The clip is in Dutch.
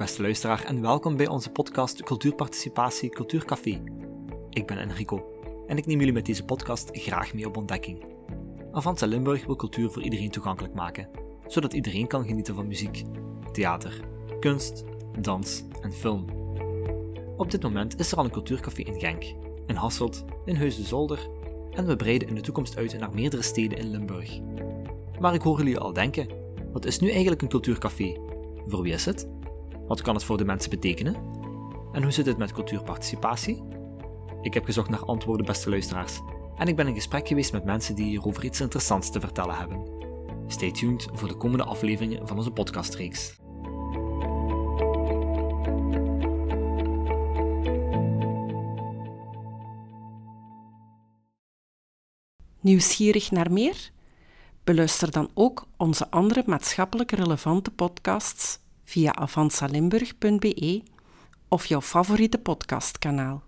beste luisteraar en welkom bij onze podcast Cultuurparticipatie Cultuurcafé. Ik ben Enrico en ik neem jullie met deze podcast graag mee op ontdekking. Avanza Limburg wil cultuur voor iedereen toegankelijk maken, zodat iedereen kan genieten van muziek, theater, kunst, dans en film. Op dit moment is er al een cultuurcafé in Genk, in Hasselt, in Huis de Zolder en we breiden in de toekomst uit naar meerdere steden in Limburg. Maar ik hoor jullie al denken, wat is nu eigenlijk een cultuurcafé? Voor wie is het? Wat kan het voor de mensen betekenen? En hoe zit het met cultuurparticipatie? Ik heb gezocht naar antwoorden, beste luisteraars, en ik ben in gesprek geweest met mensen die hierover iets interessants te vertellen hebben. Stay tuned voor de komende afleveringen van onze podcastreeks. Nieuwsgierig naar meer? Beluister dan ook onze andere maatschappelijk relevante podcasts via avanzalimburg.be of jouw favoriete podcastkanaal.